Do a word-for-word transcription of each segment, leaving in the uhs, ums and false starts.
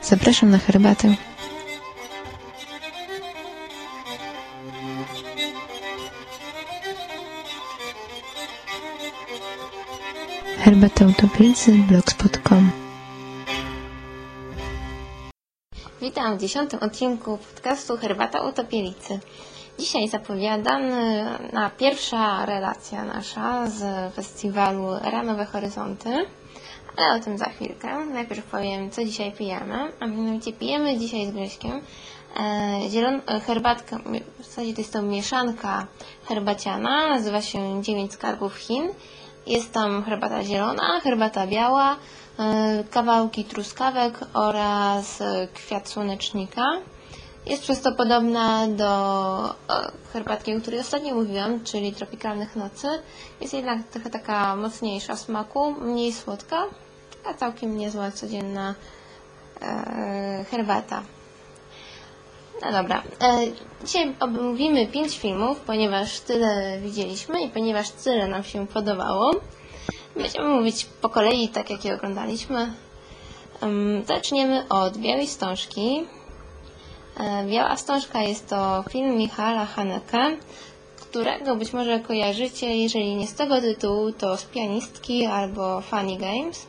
Zapraszam na herbatę. Herbata Utopienicy blogspot kropka com. Witam w dziesiątym odcinku podcastu Herbata Utopienicy. Dzisiaj zapowiadany na pierwsza relacja nasza z festiwalu Ranowe Horyzonty, ale o tym za chwilkę. Najpierw powiem, co dzisiaj pijemy, a mianowicie pijemy dzisiaj z Grześkiem e, zielon- herbatkę, w zasadzie to jest to mieszanka herbaciana, nazywa się Dziewięć Skarbów Chin. Jest tam herbata zielona, herbata biała, e, kawałki truskawek oraz kwiat słonecznika. Jest przez to podobna do e, herbatki, o której ostatnio mówiłam, czyli Tropikalnych Nocy. Jest jednak trochę taka mocniejsza w smaku, mniej słodka, a całkiem niezła codzienna e, herbata. No dobra, e, dzisiaj omówimy pięć filmów, ponieważ tyle widzieliśmy i ponieważ tyle nam się podobało. Będziemy mówić po kolei, tak jak je oglądaliśmy. Um, zaczniemy od Białej Wstążki. E, Biała Wstążka jest to film Michaela Haneke, którego być może kojarzycie, jeżeli nie z tego tytułu, to z Pianistki albo Funny Games.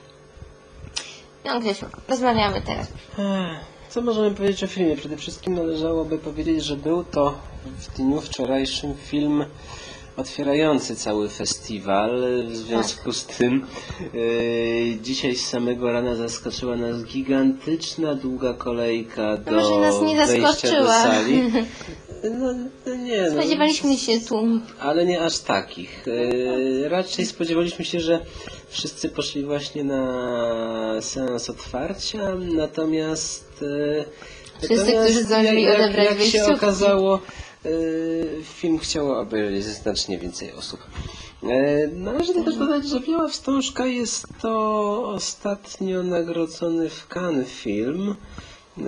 No Grzesiu, rozmawiamy teraz. Co możemy powiedzieć o filmie? Przede wszystkim należałoby powiedzieć, że był to w dniu wczorajszym film otwierający cały festiwal. W związku z tym yy, dzisiaj z samego rana zaskoczyła nas gigantyczna, długa kolejka do Może nas nie wejścia do sali. No, no nie, no, Spodziewaliśmy się tłum. ale nie aż takich. Yy, raczej spodziewaliśmy się, że wszyscy poszli właśnie na seans otwarcia, natomiast, yy, Wszyscy, natomiast którzy zdążyli jak, odebrać jak się wejściówki. okazało, yy, film chciało obejrzeć znacznie więcej osób. Yy, należy też dodać, że Biała Wstążka jest to ostatnio nagrodzony w Cannes film. Yy,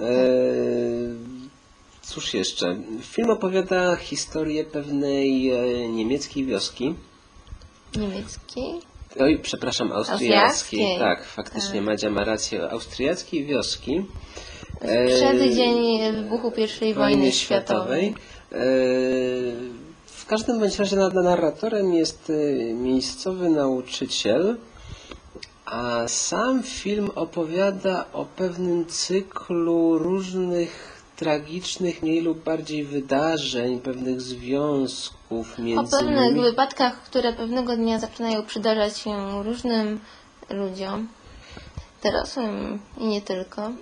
Cóż jeszcze? Film opowiada historię pewnej e, niemieckiej wioski. Niemieckiej? Oj, przepraszam, austriackiej. Austriackiej. Tak, faktycznie tak. Madzia ma rację. Austriackiej wioski. Przed dzień wybuchu pierwszej wojny, wojny światowej. światowej. E, w każdym bądź razie narratorem jest e, miejscowy nauczyciel, a sam film opowiada o pewnym cyklu różnych tragicznych, mniej lub bardziej wydarzeń, pewnych związków między O pewnych nimi. wypadkach, które pewnego dnia zaczynają przydarzać się różnym ludziom, dorosłym i nie tylko.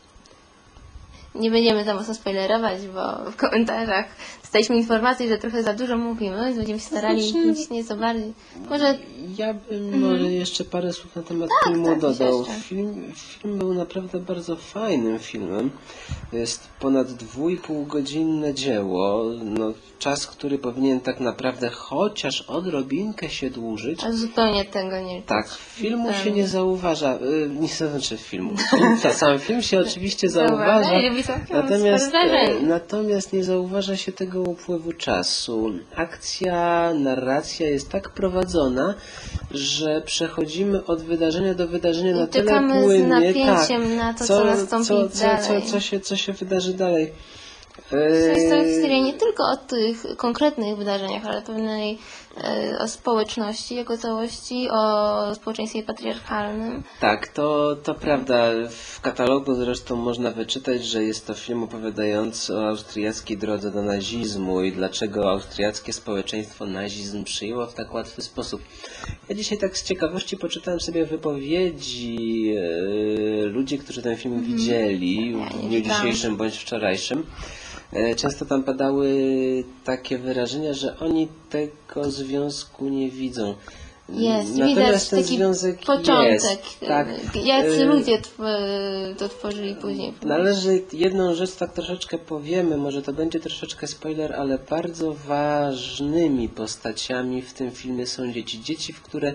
Nie będziemy za mocno spoilerować, bo w komentarzach dostaliśmy informację, że trochę za dużo mówimy, więc będziemy się starali Znaczy, mówić nieco bardziej. Może... Ja bym mm. może jeszcze parę słów na temat tak, filmu tak, dodał. jeszcze. Film, film był naprawdę bardzo fajnym filmem. Jest ponad dwójpółgodzinne dzieło. No, czas, który powinien tak naprawdę chociaż odrobinkę się dłużyć. A zupełnie tego nie Tak, filmu się nie zauważa. Yy, nie znaczy filmu. Ta, sam film się oczywiście zauważa. Natomiast, natomiast nie zauważa się tego upływu czasu. Akcja, narracja jest tak prowadzona, że przechodzimy od wydarzenia do wydarzenia na tyle płynnie, z napięciem tak, na to, co, co nastąpi co, co, dalej. Co, co, się, co się wydarzy dalej. To jest to historia nie tylko o tych konkretnych wydarzeniach, ale pewnej e, o społeczności jako całości, o społeczeństwie patriarchalnym. Tak, to, to prawda. W katalogu zresztą można wyczytać, że jest to film opowiadający o austriackiej drodze do nazizmu i dlaczego austriackie społeczeństwo nazizm przyjęło w tak łatwy sposób. Ja dzisiaj tak z ciekawości poczytałem sobie wypowiedzi e, ludzi, którzy ten film mm. widzieli ja w dniu dzisiejszym bądź wczorajszym. Często tam padały takie wyrażenia, że oni tego związku nie widzą. Jest, Natomiast widać ten taki związek początek, jest, tak. Jacy ludzie to tworzyli później. Należy jedną rzecz tak troszeczkę powiemy, może to będzie troszeczkę spoiler, ale bardzo ważnymi postaciami w tym filmie są dzieci. Dzieci, w które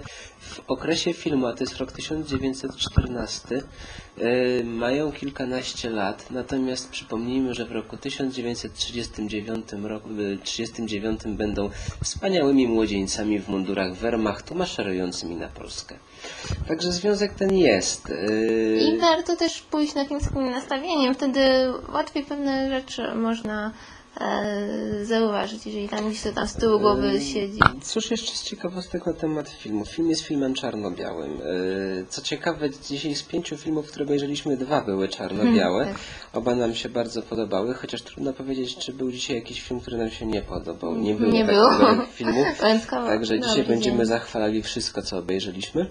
w okresie filmu, a to jest rok tysiąc dziewięćset czternasty, yy, mają kilkanaście lat, natomiast przypomnijmy, że w roku tysiąc dziewięćset trzydziestym dziewiątym, roku, trzydziestym dziewiątym będą wspaniałymi młodzieńcami w mundurach Wehrmachtu maszerującymi na Polskę. Także związek ten jest. Yy... I warto też pójść na film z takim nastawieniem, wtedy łatwiej pewne rzeczy można e, zauważyć, jeżeli tam gdzieś to tam z tyłu głowy siedzi. Cóż jeszcze z ciekawostek na temat filmu? Film jest filmem czarno-białym. Co ciekawe, dzisiaj z pięciu filmów, które obejrzeliśmy, dwa były czarno-białe. Hmm, tak. Oba nam się bardzo podobały, chociaż trudno powiedzieć, czy był dzisiaj jakiś film, który nam się nie podobał. Nie było Nie tak było. dobrych filmów. Wyjątkowo Także dobry dzisiaj będziemy dzień. zachwalali wszystko, co obejrzeliśmy.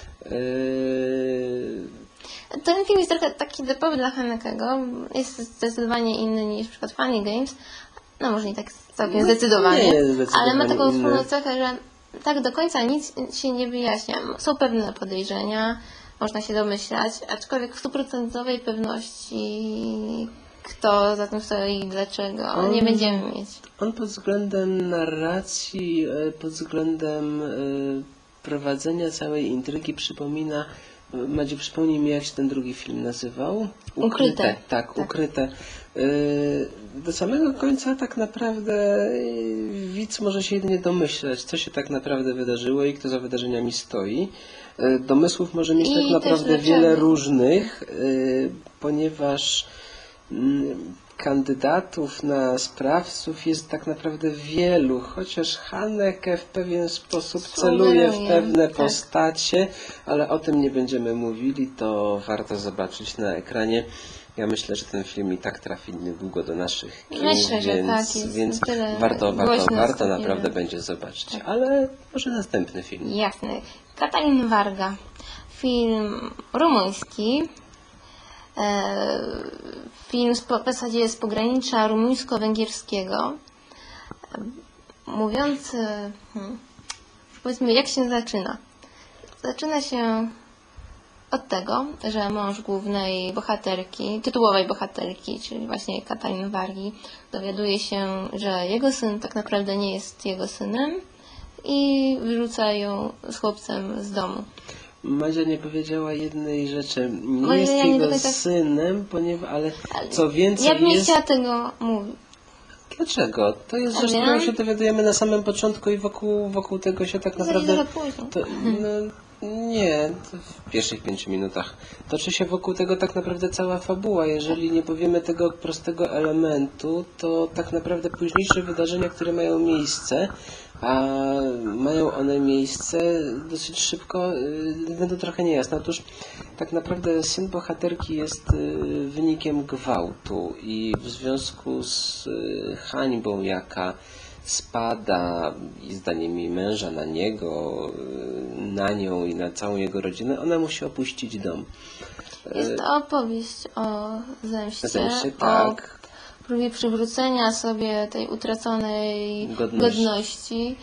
Yy... Ten film jest trochę taki typowy dla Hanekego. Jest zdecydowanie inny niż na przykład Funny Games. No może nie tak całkiem No, zdecydowanie, nie jest zdecydowanie ale ma taką inny. wspólną cechę, że tak do końca nic się nie wyjaśnia. Są pewne podejrzenia, można się domyślać, aczkolwiek w stuprocentowej pewności kto za tym stoi i dlaczego On- nie będziemy mieć. On pod względem narracji, e, pod względem e, prowadzenia całej intrygi przypomina, Madziu, przypomnij mi, jak się ten drugi film nazywał? Ukryte. Tak, Tak. Ukryte. E, Do samego końca tak naprawdę e, widz może się jedynie domyślać, co się tak naprawdę wydarzyło i kto za wydarzeniami stoi. E, Domysłów może mieć I tak też naprawdę dlaczego. wiele różnych, e, ponieważ mm, kandydatów na sprawców jest tak naprawdę wielu, chociaż Haneke w pewien sposób celuje w Sugeruje, pewne tak. postacie, ale o tym nie będziemy mówili, to warto zobaczyć na ekranie. Ja myślę, że ten film i tak trafi niedługo do naszych kin, Myślę, że więc, tak, jest więc tyle warto, warto, głośno warto skupione. naprawdę będzie zobaczyć. Tak. Ale może następny film. Jasne. Katalin Varga. Film rumuński. E, film z, po- w zasadzie z pogranicza rumuńsko-węgierskiego. E, mówiąc, e, hmm, powiedzmy, jak się zaczyna. Zaczyna się od tego, że mąż głównej bohaterki, tytułowej bohaterki, czyli właśnie Katalin Vargi, dowiaduje się, że jego syn tak naprawdę nie jest jego synem i wyrzuca ją z chłopcem z domu. Madzia nie powiedziała jednej rzeczy. Nie Może jest ja nie jego do końca- synem, ponieważ, ale Ale co więcej Ja bym nie jest... chciała tego mówić. Dlaczego? To jest rzecz, wiem. którą się dowiadujemy na samym początku i wokół, wokół tego się tak Zaraz naprawdę... trochę później. To, no, nie, to w pierwszych pięciu minutach. Toczy się wokół tego tak naprawdę cała fabuła. Jeżeli nie powiemy tego prostego elementu, to tak naprawdę późniejsze wydarzenia, które mają miejsce, a mają one miejsce dosyć szybko, y, będą trochę niejasne. Otóż tak naprawdę syn bohaterki jest y, wynikiem gwałtu i w związku z y, hańbą, jaka spada i zdaniem jej męża na niego, y, na nią i na całą jego rodzinę, ona musi opuścić dom. Jest to opowieść o zemście, Zemście, o tak. próbie przywrócenia sobie tej utraconej Godności. godności.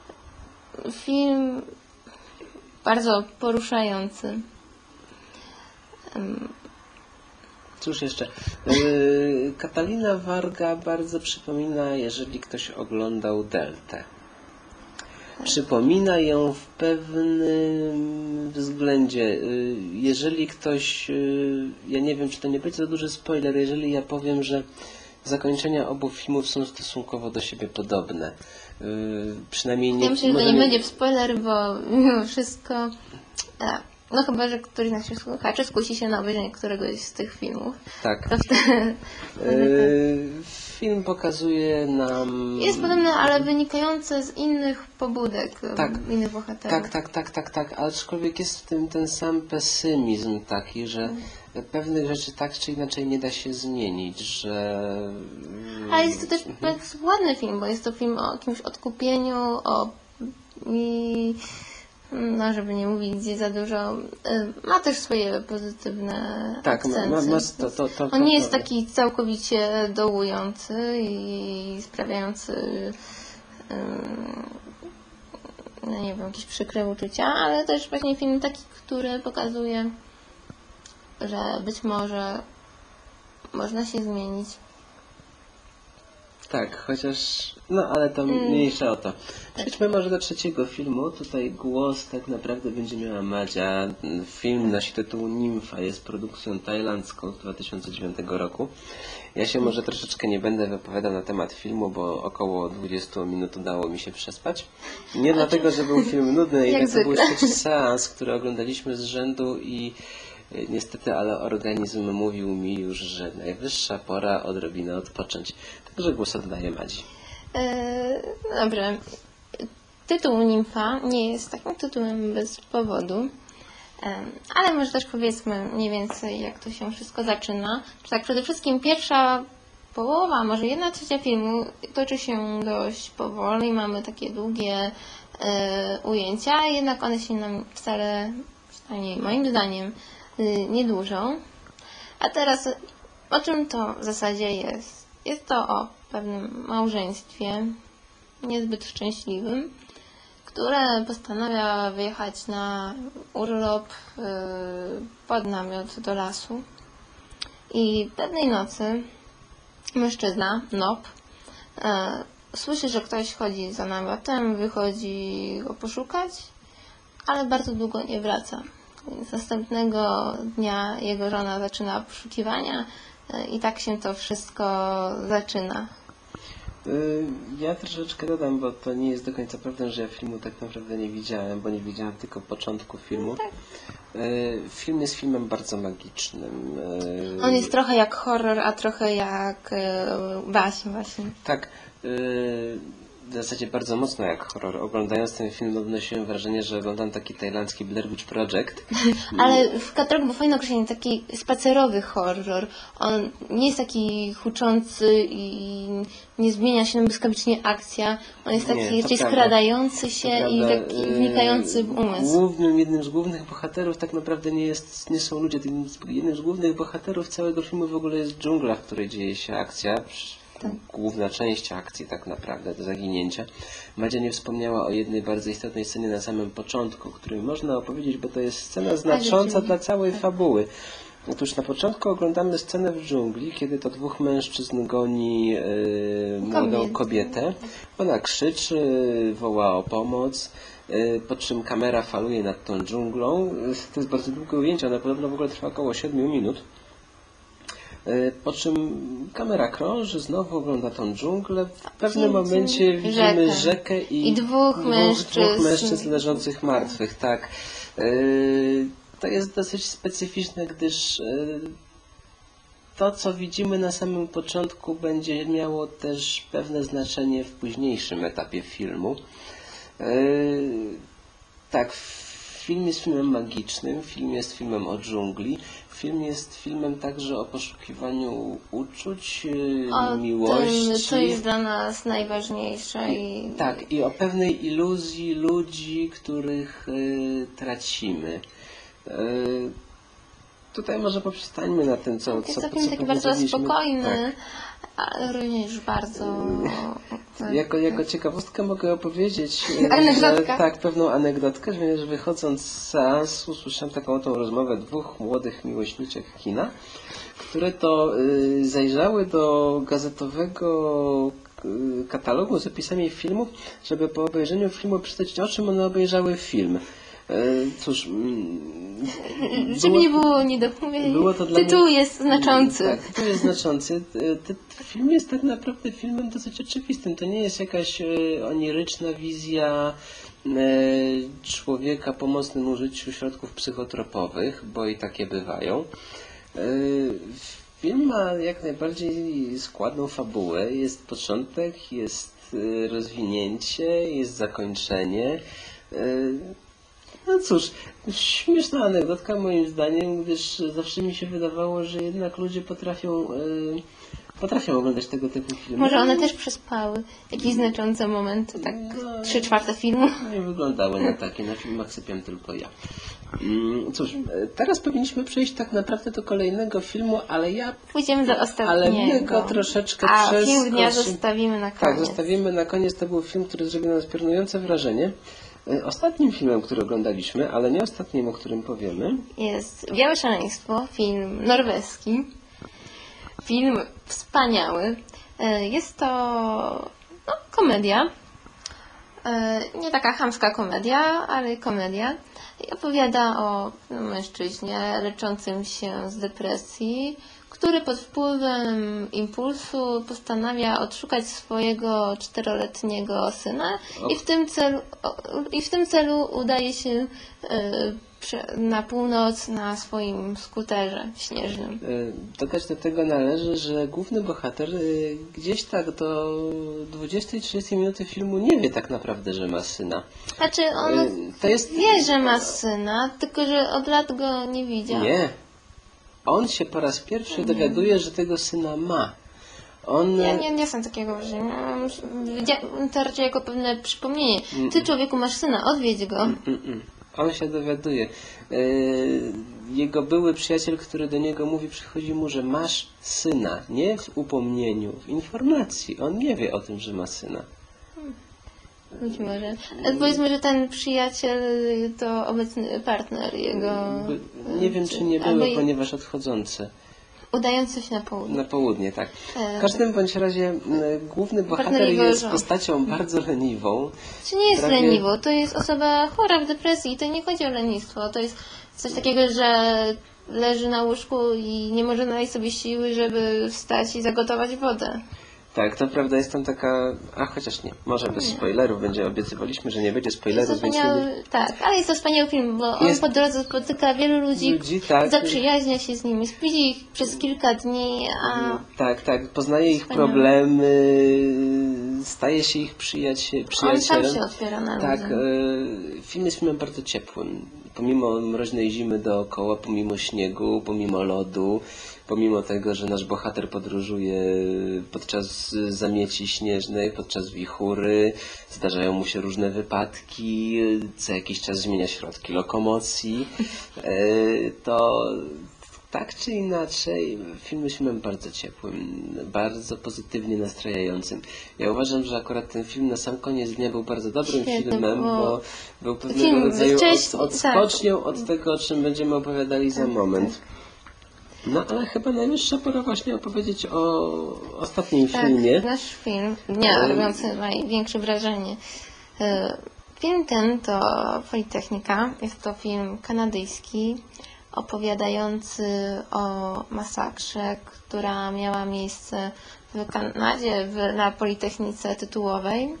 Film bardzo poruszający. Em, Cóż jeszcze? Yy, Katalina Varga bardzo przypomina, jeżeli ktoś oglądał Deltę. Przypomina ją w pewnym względzie. Yy, Jeżeli ktoś, yy, ja nie wiem, czy to nie będzie za duży spoiler, jeżeli ja powiem, że zakończenia obu filmów są stosunkowo do siebie podobne. Yy, Przynajmniej nie... Ja myślę, że to może nie będzie spoiler, bo mimo wszystko, a, no chyba, że któryś z naszych słuchaczy skusi się na obejrzenie któregoś z tych filmów, Tak. to wtedy Yy, Film pokazuje nam... jest podobne, ale wynikające z innych pobudek, Tak. innych bohaterów. Tak, tak, tak, tak, tak, aczkolwiek jest w tym ten sam pesymizm taki, że pewnych rzeczy tak czy inaczej nie da się zmienić, że... Ale jest to też bardzo ładny film, bo jest to film o jakimś odkupieniu, o i no żeby nie mówić gdzie za dużo, y, ma też swoje pozytywne Tak, ma, akcenty. ma, ma to, to, to, to, On nie jest to- taki całkowicie dołujący i sprawiający ym, no nie wiem, jakieś przykre uczucia, ale też właśnie film taki, który pokazuje, że być może można się zmienić. Tak, chociaż, no ale to Mm. mniejsza o to. Przejdźmy może do trzeciego filmu. Tutaj głos tak naprawdę będzie miała Madzia. Film nosi tytuł Nimfa, jest produkcją tajlandzką z dwa tysiące dziewiątego roku. Ja się może troszeczkę nie będę wypowiadał na temat filmu, bo około dwadzieścia minut udało mi się przespać. Nie dlatego, że był film nudny, Jak jednak to był zwykle. trzeci seans, który oglądaliśmy z rzędu i y, niestety, ale organizm mówił mi już, że najwyższa pora odrobinę odpocząć. Także głos oddaję Madzi. E, Dobrze. Tytuł Nimfa nie jest takim tytułem bez powodu, Em, ale może też powiedzmy mniej więcej, jak to się wszystko zaczyna. Że tak przede wszystkim pierwsza połowa, może jedna trzecia filmu toczy się dość powoli, mamy takie długie e, ujęcia, jednak one się nam wcale, przynajmniej moim zdaniem, y, nie dłużą. A teraz o czym to w zasadzie jest? Jest to o pewnym małżeństwie niezbyt szczęśliwym, które postanawia wyjechać na urlop y, pod namiot do lasu. I pewnej nocy mężczyzna, Nob, y, słyszy, że ktoś chodzi za namiotem, wychodzi go poszukać, ale bardzo długo nie wraca. Więc następnego dnia jego żona zaczyna poszukiwania y, i tak się to wszystko zaczyna. Y, Ja troszeczkę dodam, bo to nie jest do końca prawdą, że ja filmu tak naprawdę nie widziałem, bo nie widziałem tylko początku filmu. Y, Film jest filmem bardzo magicznym. Y, On jest trochę jak horror, a trochę jak y, baśń właśnie. Tak, y, w zasadzie bardzo mocno jak horror. Oglądając ten film odnosiłem wrażenie, że oglądam taki tajlandzki Blair Witch Project. Ale w katalogu było fajne określenie, taki spacerowy horror. On nie jest taki huczący i nie zmienia się nam błyskawicznie akcja. On jest taki Nie, to raczej prawda. skradający się To i prawda, taki y, wnikający w umysł. Głównym, jednym z głównych bohaterów tak naprawdę nie, jest, nie są ludzie. Tym, jednym z głównych bohaterów całego filmu w ogóle jest dżungla, w której dzieje się akcja. Główna część akcji tak naprawdę, do zaginięcia. Madzia nie wspomniała o jednej bardzo istotnej scenie na samym początku, o której można opowiedzieć, bo to jest scena znacząca dla całej fabuły. Otóż na początku oglądamy scenę w dżungli, kiedy to dwóch mężczyzn goni yy, młodą kobietę. Ona krzyczy, woła o pomoc, yy, po czym kamera faluje nad tą dżunglą. To jest bardzo długie ujęcie, ona podobno w ogóle trwa około siedmiu minut. Po czym kamera krąży, znowu ogląda tą dżunglę. W pewnym momencie widzimy rzekę. rzekę i, I dwóch mężczyzn. dwóch mężczyzn leżących martwych. Tak. Yy, To jest dosyć specyficzne, gdyż yy, to, co widzimy na samym początku, będzie miało też pewne znaczenie w późniejszym etapie filmu. Yy, Tak, film jest filmem magicznym, film jest filmem o dżungli, film jest filmem także o poszukiwaniu uczuć, O miłości. tym, co jest dla nas najważniejsze. I... Tak, i o pewnej iluzji ludzi, których y, tracimy. Y, tutaj może poprzestańmy na tym, co, Jest co, to co film taki bardzo powiedzieliśmy. spokojny, Tak. ale również bardzo... Jako, jako ciekawostkę mogę opowiedzieć, e, Anegdotka. że tak, pewną anegdotkę, że wychodząc z seansu słyszałem taką oto rozmowę dwóch młodych miłośniczek kina, które to y, zajrzały do gazetowego y, katalogu z opisami filmów, żeby po obejrzeniu filmu przeczytać, o czym one obejrzały film. Y, cóż, mm, Żeby nie było niedopomnień, było to dla tytuł mnie- jest znaczący. Tak, tytuł jest znaczący. Ten film jest tak naprawdę filmem dosyć oczywistym. To nie jest jakaś e, oniryczna wizja e, człowieka po mocnym użyciu środków psychotropowych, bo i takie bywają. E, film ma jak najbardziej składną fabułę. Jest początek, jest e, rozwinięcie, jest zakończenie. E, No cóż, śmieszna anegdotka moim zdaniem, gdyż zawsze mi się wydawało, że jednak ludzie potrafią, yy, potrafią oglądać tego typu filmy. Może one też przespały jakieś znaczące momenty, tak No, trzy czwarte filmu. Nie wyglądały na takie, na filmach sypiam tylko ja. Mm, cóż, e, teraz powinniśmy przejść tak naprawdę do kolejnego filmu, ale ja... Pójdziemy do ostatniego. Ale my go troszeczkę A przeskoczymy. film dnia zostawimy na koniec. Tak, zostawimy na koniec. To był film, który zrobił na nas piorunujące wrażenie. E, Ostatnim filmem, który oglądaliśmy, ale nie ostatnim, o którym powiemy, Jest Białe Szaleństwo, film norweski. film wspaniały. Jest to no, komedia. Nie taka chamska komedia, ale komedia. I opowiada o mężczyźnie leczącym się z depresji, który pod wpływem impulsu postanawia odszukać swojego czteroletniego syna i w tym celu, i w tym celu udaje się na północ na swoim skuterze śnieżnym. Dodać do tego należy, że główny bohater gdzieś tak do dwudziestej trzydziestej minuty filmu nie wie tak naprawdę, że ma syna. Znaczy on to jest... wie, że ma syna, tylko że od lat go nie widział. Nie. On się po raz pierwszy dowiaduje, że tego syna ma. On... Ja nie, nie są takiego wrażenia. To raczej jako pewne przypomnienie. Ty, człowieku, masz syna, odwiedź go. Mm, mm, mm. On się dowiaduje. Jego były przyjaciel, który do niego mówi, przychodzi mu, że masz syna. Nie w upomnieniu, w informacji. On nie wie o tym, że ma syna. Być może. Powiedzmy, że ten przyjaciel to obecny partner jego... Nie wiem, czy nie były, albo... ponieważ odchodzący. Udający się na południe. Na południe, tak. W każdym bądź razie główny bohater jest postacią bardzo leniwą. Czy nie jest prawie... leniwą? To jest osoba chora w depresji. To nie chodzi o lenistwo. To jest coś takiego, że leży na łóżku i nie może znaleźć sobie siły, żeby wstać i zagotować wodę. Tak, to prawda, jest tam taka... A chociaż nie, może bez spoilerów będzie, obiecywaliśmy, że nie będzie spoilerów, więc nie... Tak, ale jest to wspaniały film, bo on jest... po drodze spotyka wielu ludzi, ludzi tak. zaprzyjaźnia się z nimi, spędzi ich przez kilka dni, a... Tak, tak, poznaje ich wspaniały. problemy, staje się ich przyjaciel, przyjacielem. On sam się otwiera na Tak, ludzi. e, film jest filmem bardzo ciepłym. Pomimo mroźnej zimy dookoła, pomimo śniegu, pomimo lodu, pomimo tego, że nasz bohater podróżuje podczas zamieci śnieżnych, podczas wichury, zdarzają mu się różne wypadki, co jakiś czas zmienia środki lokomocji, to tak czy inaczej film jest filmem bardzo ciepłym, bardzo pozytywnie nastrajającym. Ja uważam, że akurat ten film na sam koniec dnia był bardzo dobrym Świetny, filmem, bo, bo był pewnego film rodzaju od, odskocznią tak. od tego, o czym będziemy opowiadali za moment. No ale chyba najwyższa pora właśnie opowiedzieć o ostatnim tak, filmie. Nasz film, dnia, robiący największe wrażenie. Film ten to Politechnika, jest to film kanadyjski, opowiadający o masakrze, która miała miejsce w Kanadzie, w, na Politechnice Tytułowej.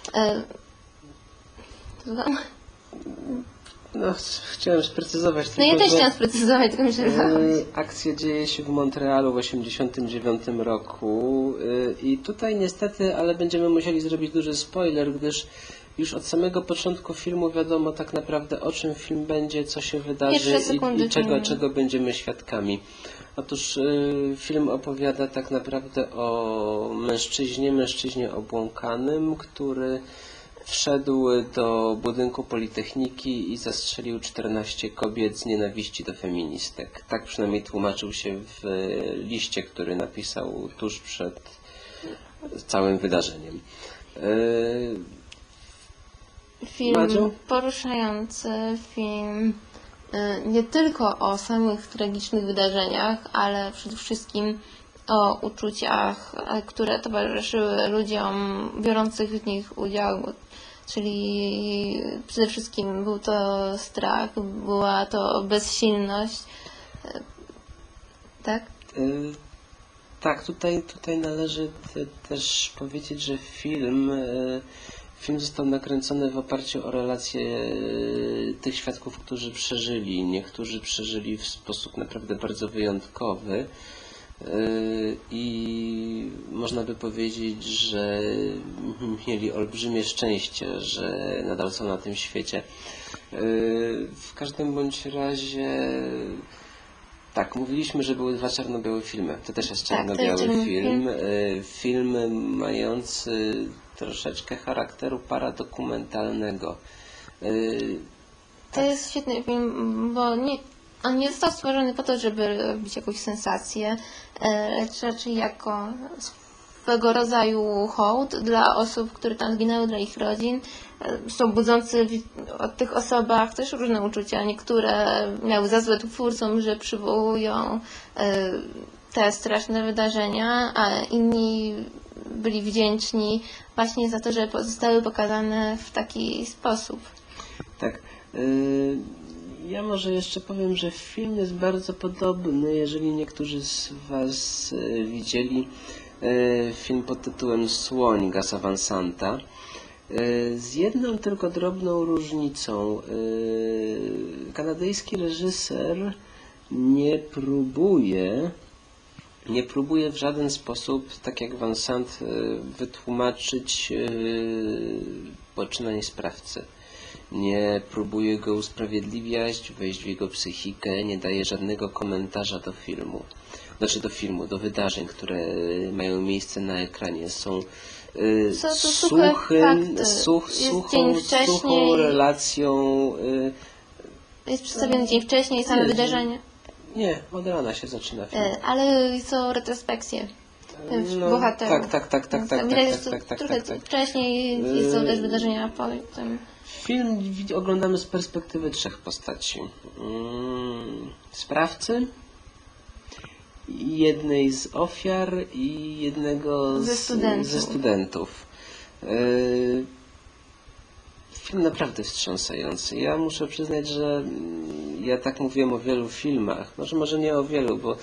No, chciałem sprecyzować. No tylko, ja też że, chciałam sprecyzować, tylko mi się yy, akcja dzieje się w Montrealu w osiemdziesiątym dziewiątym roku yy, i tutaj niestety, ale będziemy musieli zrobić duży spoiler, gdyż już od samego początku filmu wiadomo tak naprawdę, o czym film będzie, co się wydarzy i, i czego, czego będziemy świadkami. Otóż y, film opowiada tak naprawdę o mężczyźnie, mężczyźnie obłąkanym, który wszedł do budynku Politechniki i zastrzelił czternaście kobiet z nienawiści do feministek. Tak przynajmniej tłumaczył się w liście, który napisał tuż przed całym wydarzeniem. Y, Film Madziu? Poruszający, film nie tylko o samych tragicznych wydarzeniach, ale przede wszystkim o uczuciach, które towarzyszyły ludziom biorących w nich udział. Czyli przede wszystkim był to strach, była to bezsilność. Tak? Y tak, tutaj, tutaj należy też powiedzieć, że film y Film został nakręcony w oparciu o relacje tych świadków, którzy przeżyli. Niektórzy przeżyli w sposób naprawdę bardzo wyjątkowy i można by powiedzieć, że mieli olbrzymie szczęście, że nadal są na tym świecie. W każdym bądź razie tak, mówiliśmy, że były dwa czarno-białe filmy. To też jest czarno-biały tak, film. film. Film mający troszeczkę charakteru paradokumentalnego. To tak. jest świetny film, bo nie, on nie został stworzony po to, żeby robić jakąś sensację, lecz raczej jako swego rodzaju hołd dla osób, które tam zginęły, dla ich rodzin. Są budzący o tych osobach też różne uczucia. Niektóre miały za złe twórcom, że przywołują te straszne wydarzenia, a inni byli wdzięczni właśnie za to, że zostały pokazane w taki sposób. Tak. Yy, ja może jeszcze powiem, że film jest bardzo podobny, jeżeli niektórzy z Was yy, widzieli yy, film pod tytułem Słoń Gasa Van Santa. Yy, z jedną tylko drobną różnicą. Yy, kanadyjski reżyser nie próbuje nie próbuje w żaden sposób, tak jak Van Sant, wytłumaczyć poczynań sprawcy. Nie próbuje go usprawiedliwiać, wejść w jego psychikę, nie daje żadnego komentarza do filmu. Znaczy do filmu, do wydarzeń, które mają miejsce na ekranie. Są y, Co to suchym, suche such, fakty. suchą, suchą relacją. Y, Jest przedstawiony dzień wcześniej, same nie, wydarzenia. Nie, od rana się zaczyna film. Ale są retrospekcje No, bohaterów. tak, tak, tak, tak, tak, Widać, tak, że tak, tak, trochę tak, tak. wcześniej są też wydarzenia potem. Film wid- oglądamy z perspektywy trzech postaci. Mm, sprawcy, jednej z ofiar i jednego Ze z, studentów. ze studentów. Yy, Film naprawdę wstrząsający. Ja muszę przyznać, że mm, ja tak mówiłem o wielu filmach. Może może nie o wielu, bo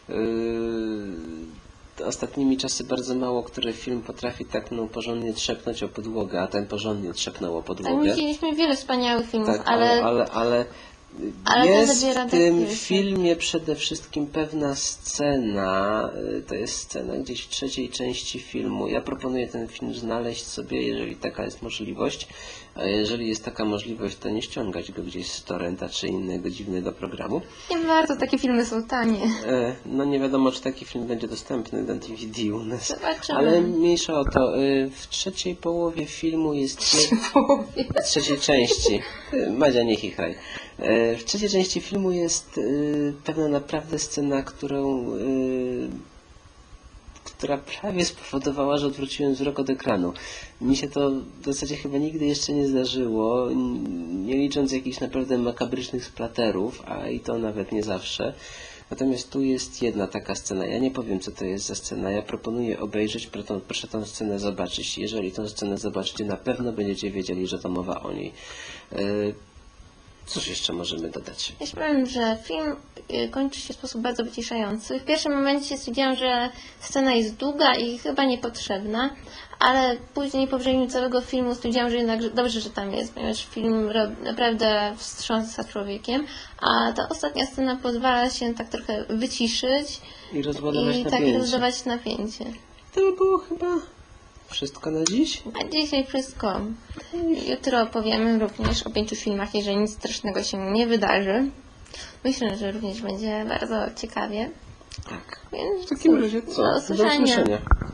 yy, ostatnimi czasy bardzo mało który film potrafi tak no, porządnie trzepnąć o podłogę, a ten porządnie trzepnął o Tak, podłogę. widzieliśmy wiele wspaniałych filmów, Tak, ale, ale, ale, ale ale to jest zabiera w tym depresję. filmie przede wszystkim pewna scena, y, to jest scena gdzieś w trzeciej części filmu. Ja proponuję ten film znaleźć sobie, jeżeli taka jest możliwość, a jeżeli jest taka możliwość, to nie ściągać go gdzieś z torrenta czy innego dziwnego programu. nie warto, takie filmy są tanie. E, No nie wiadomo, czy taki film będzie dostępny na D V D u nas. Zobaczymy. Ale mniejsza o to, y, w trzeciej połowie filmu jest... W trzeciej części. Y, Madzia, nie chichraj. Y, W trzeciej części filmu jest y, pewna naprawdę scena, którą... y, która prawie spowodowała, że odwróciłem wzrok od ekranu. Mi się to w zasadzie chyba nigdy jeszcze nie zdarzyło, n- nie licząc jakichś naprawdę makabrycznych splaterów, a i to nawet nie zawsze. Natomiast tu jest jedna taka scena. Ja nie powiem, co to jest za scena. Ja proponuję obejrzeć, proszę, proszę tę scenę zobaczyć. Jeżeli tę scenę zobaczycie, na pewno będziecie wiedzieli, że to mowa o niej. Yy, Cóż jeszcze możemy dodać? Ja powiem, że film y, kończy się w sposób bardzo wyciszający. W pierwszym momencie stwierdziłam, że scena jest długa i chyba niepotrzebna, ale później po obejrzeniu całego filmu stwierdziłam, że jednak że dobrze, że tam jest, ponieważ film rob, naprawdę wstrząsa człowiekiem, a ta ostatnia scena pozwala się tak trochę wyciszyć I rozładować i tak napięcie. rozdawać napięcie. To by było chyba wszystko na dziś. A dzisiaj wszystko. Jutro opowiemy również o pięciu filmach, jeżeli nic strasznego się nie wydarzy. Myślę, że również będzie bardzo ciekawie. Tak. Więc W takim cóż, razie co? do Do usłyszenia. usłyszenia.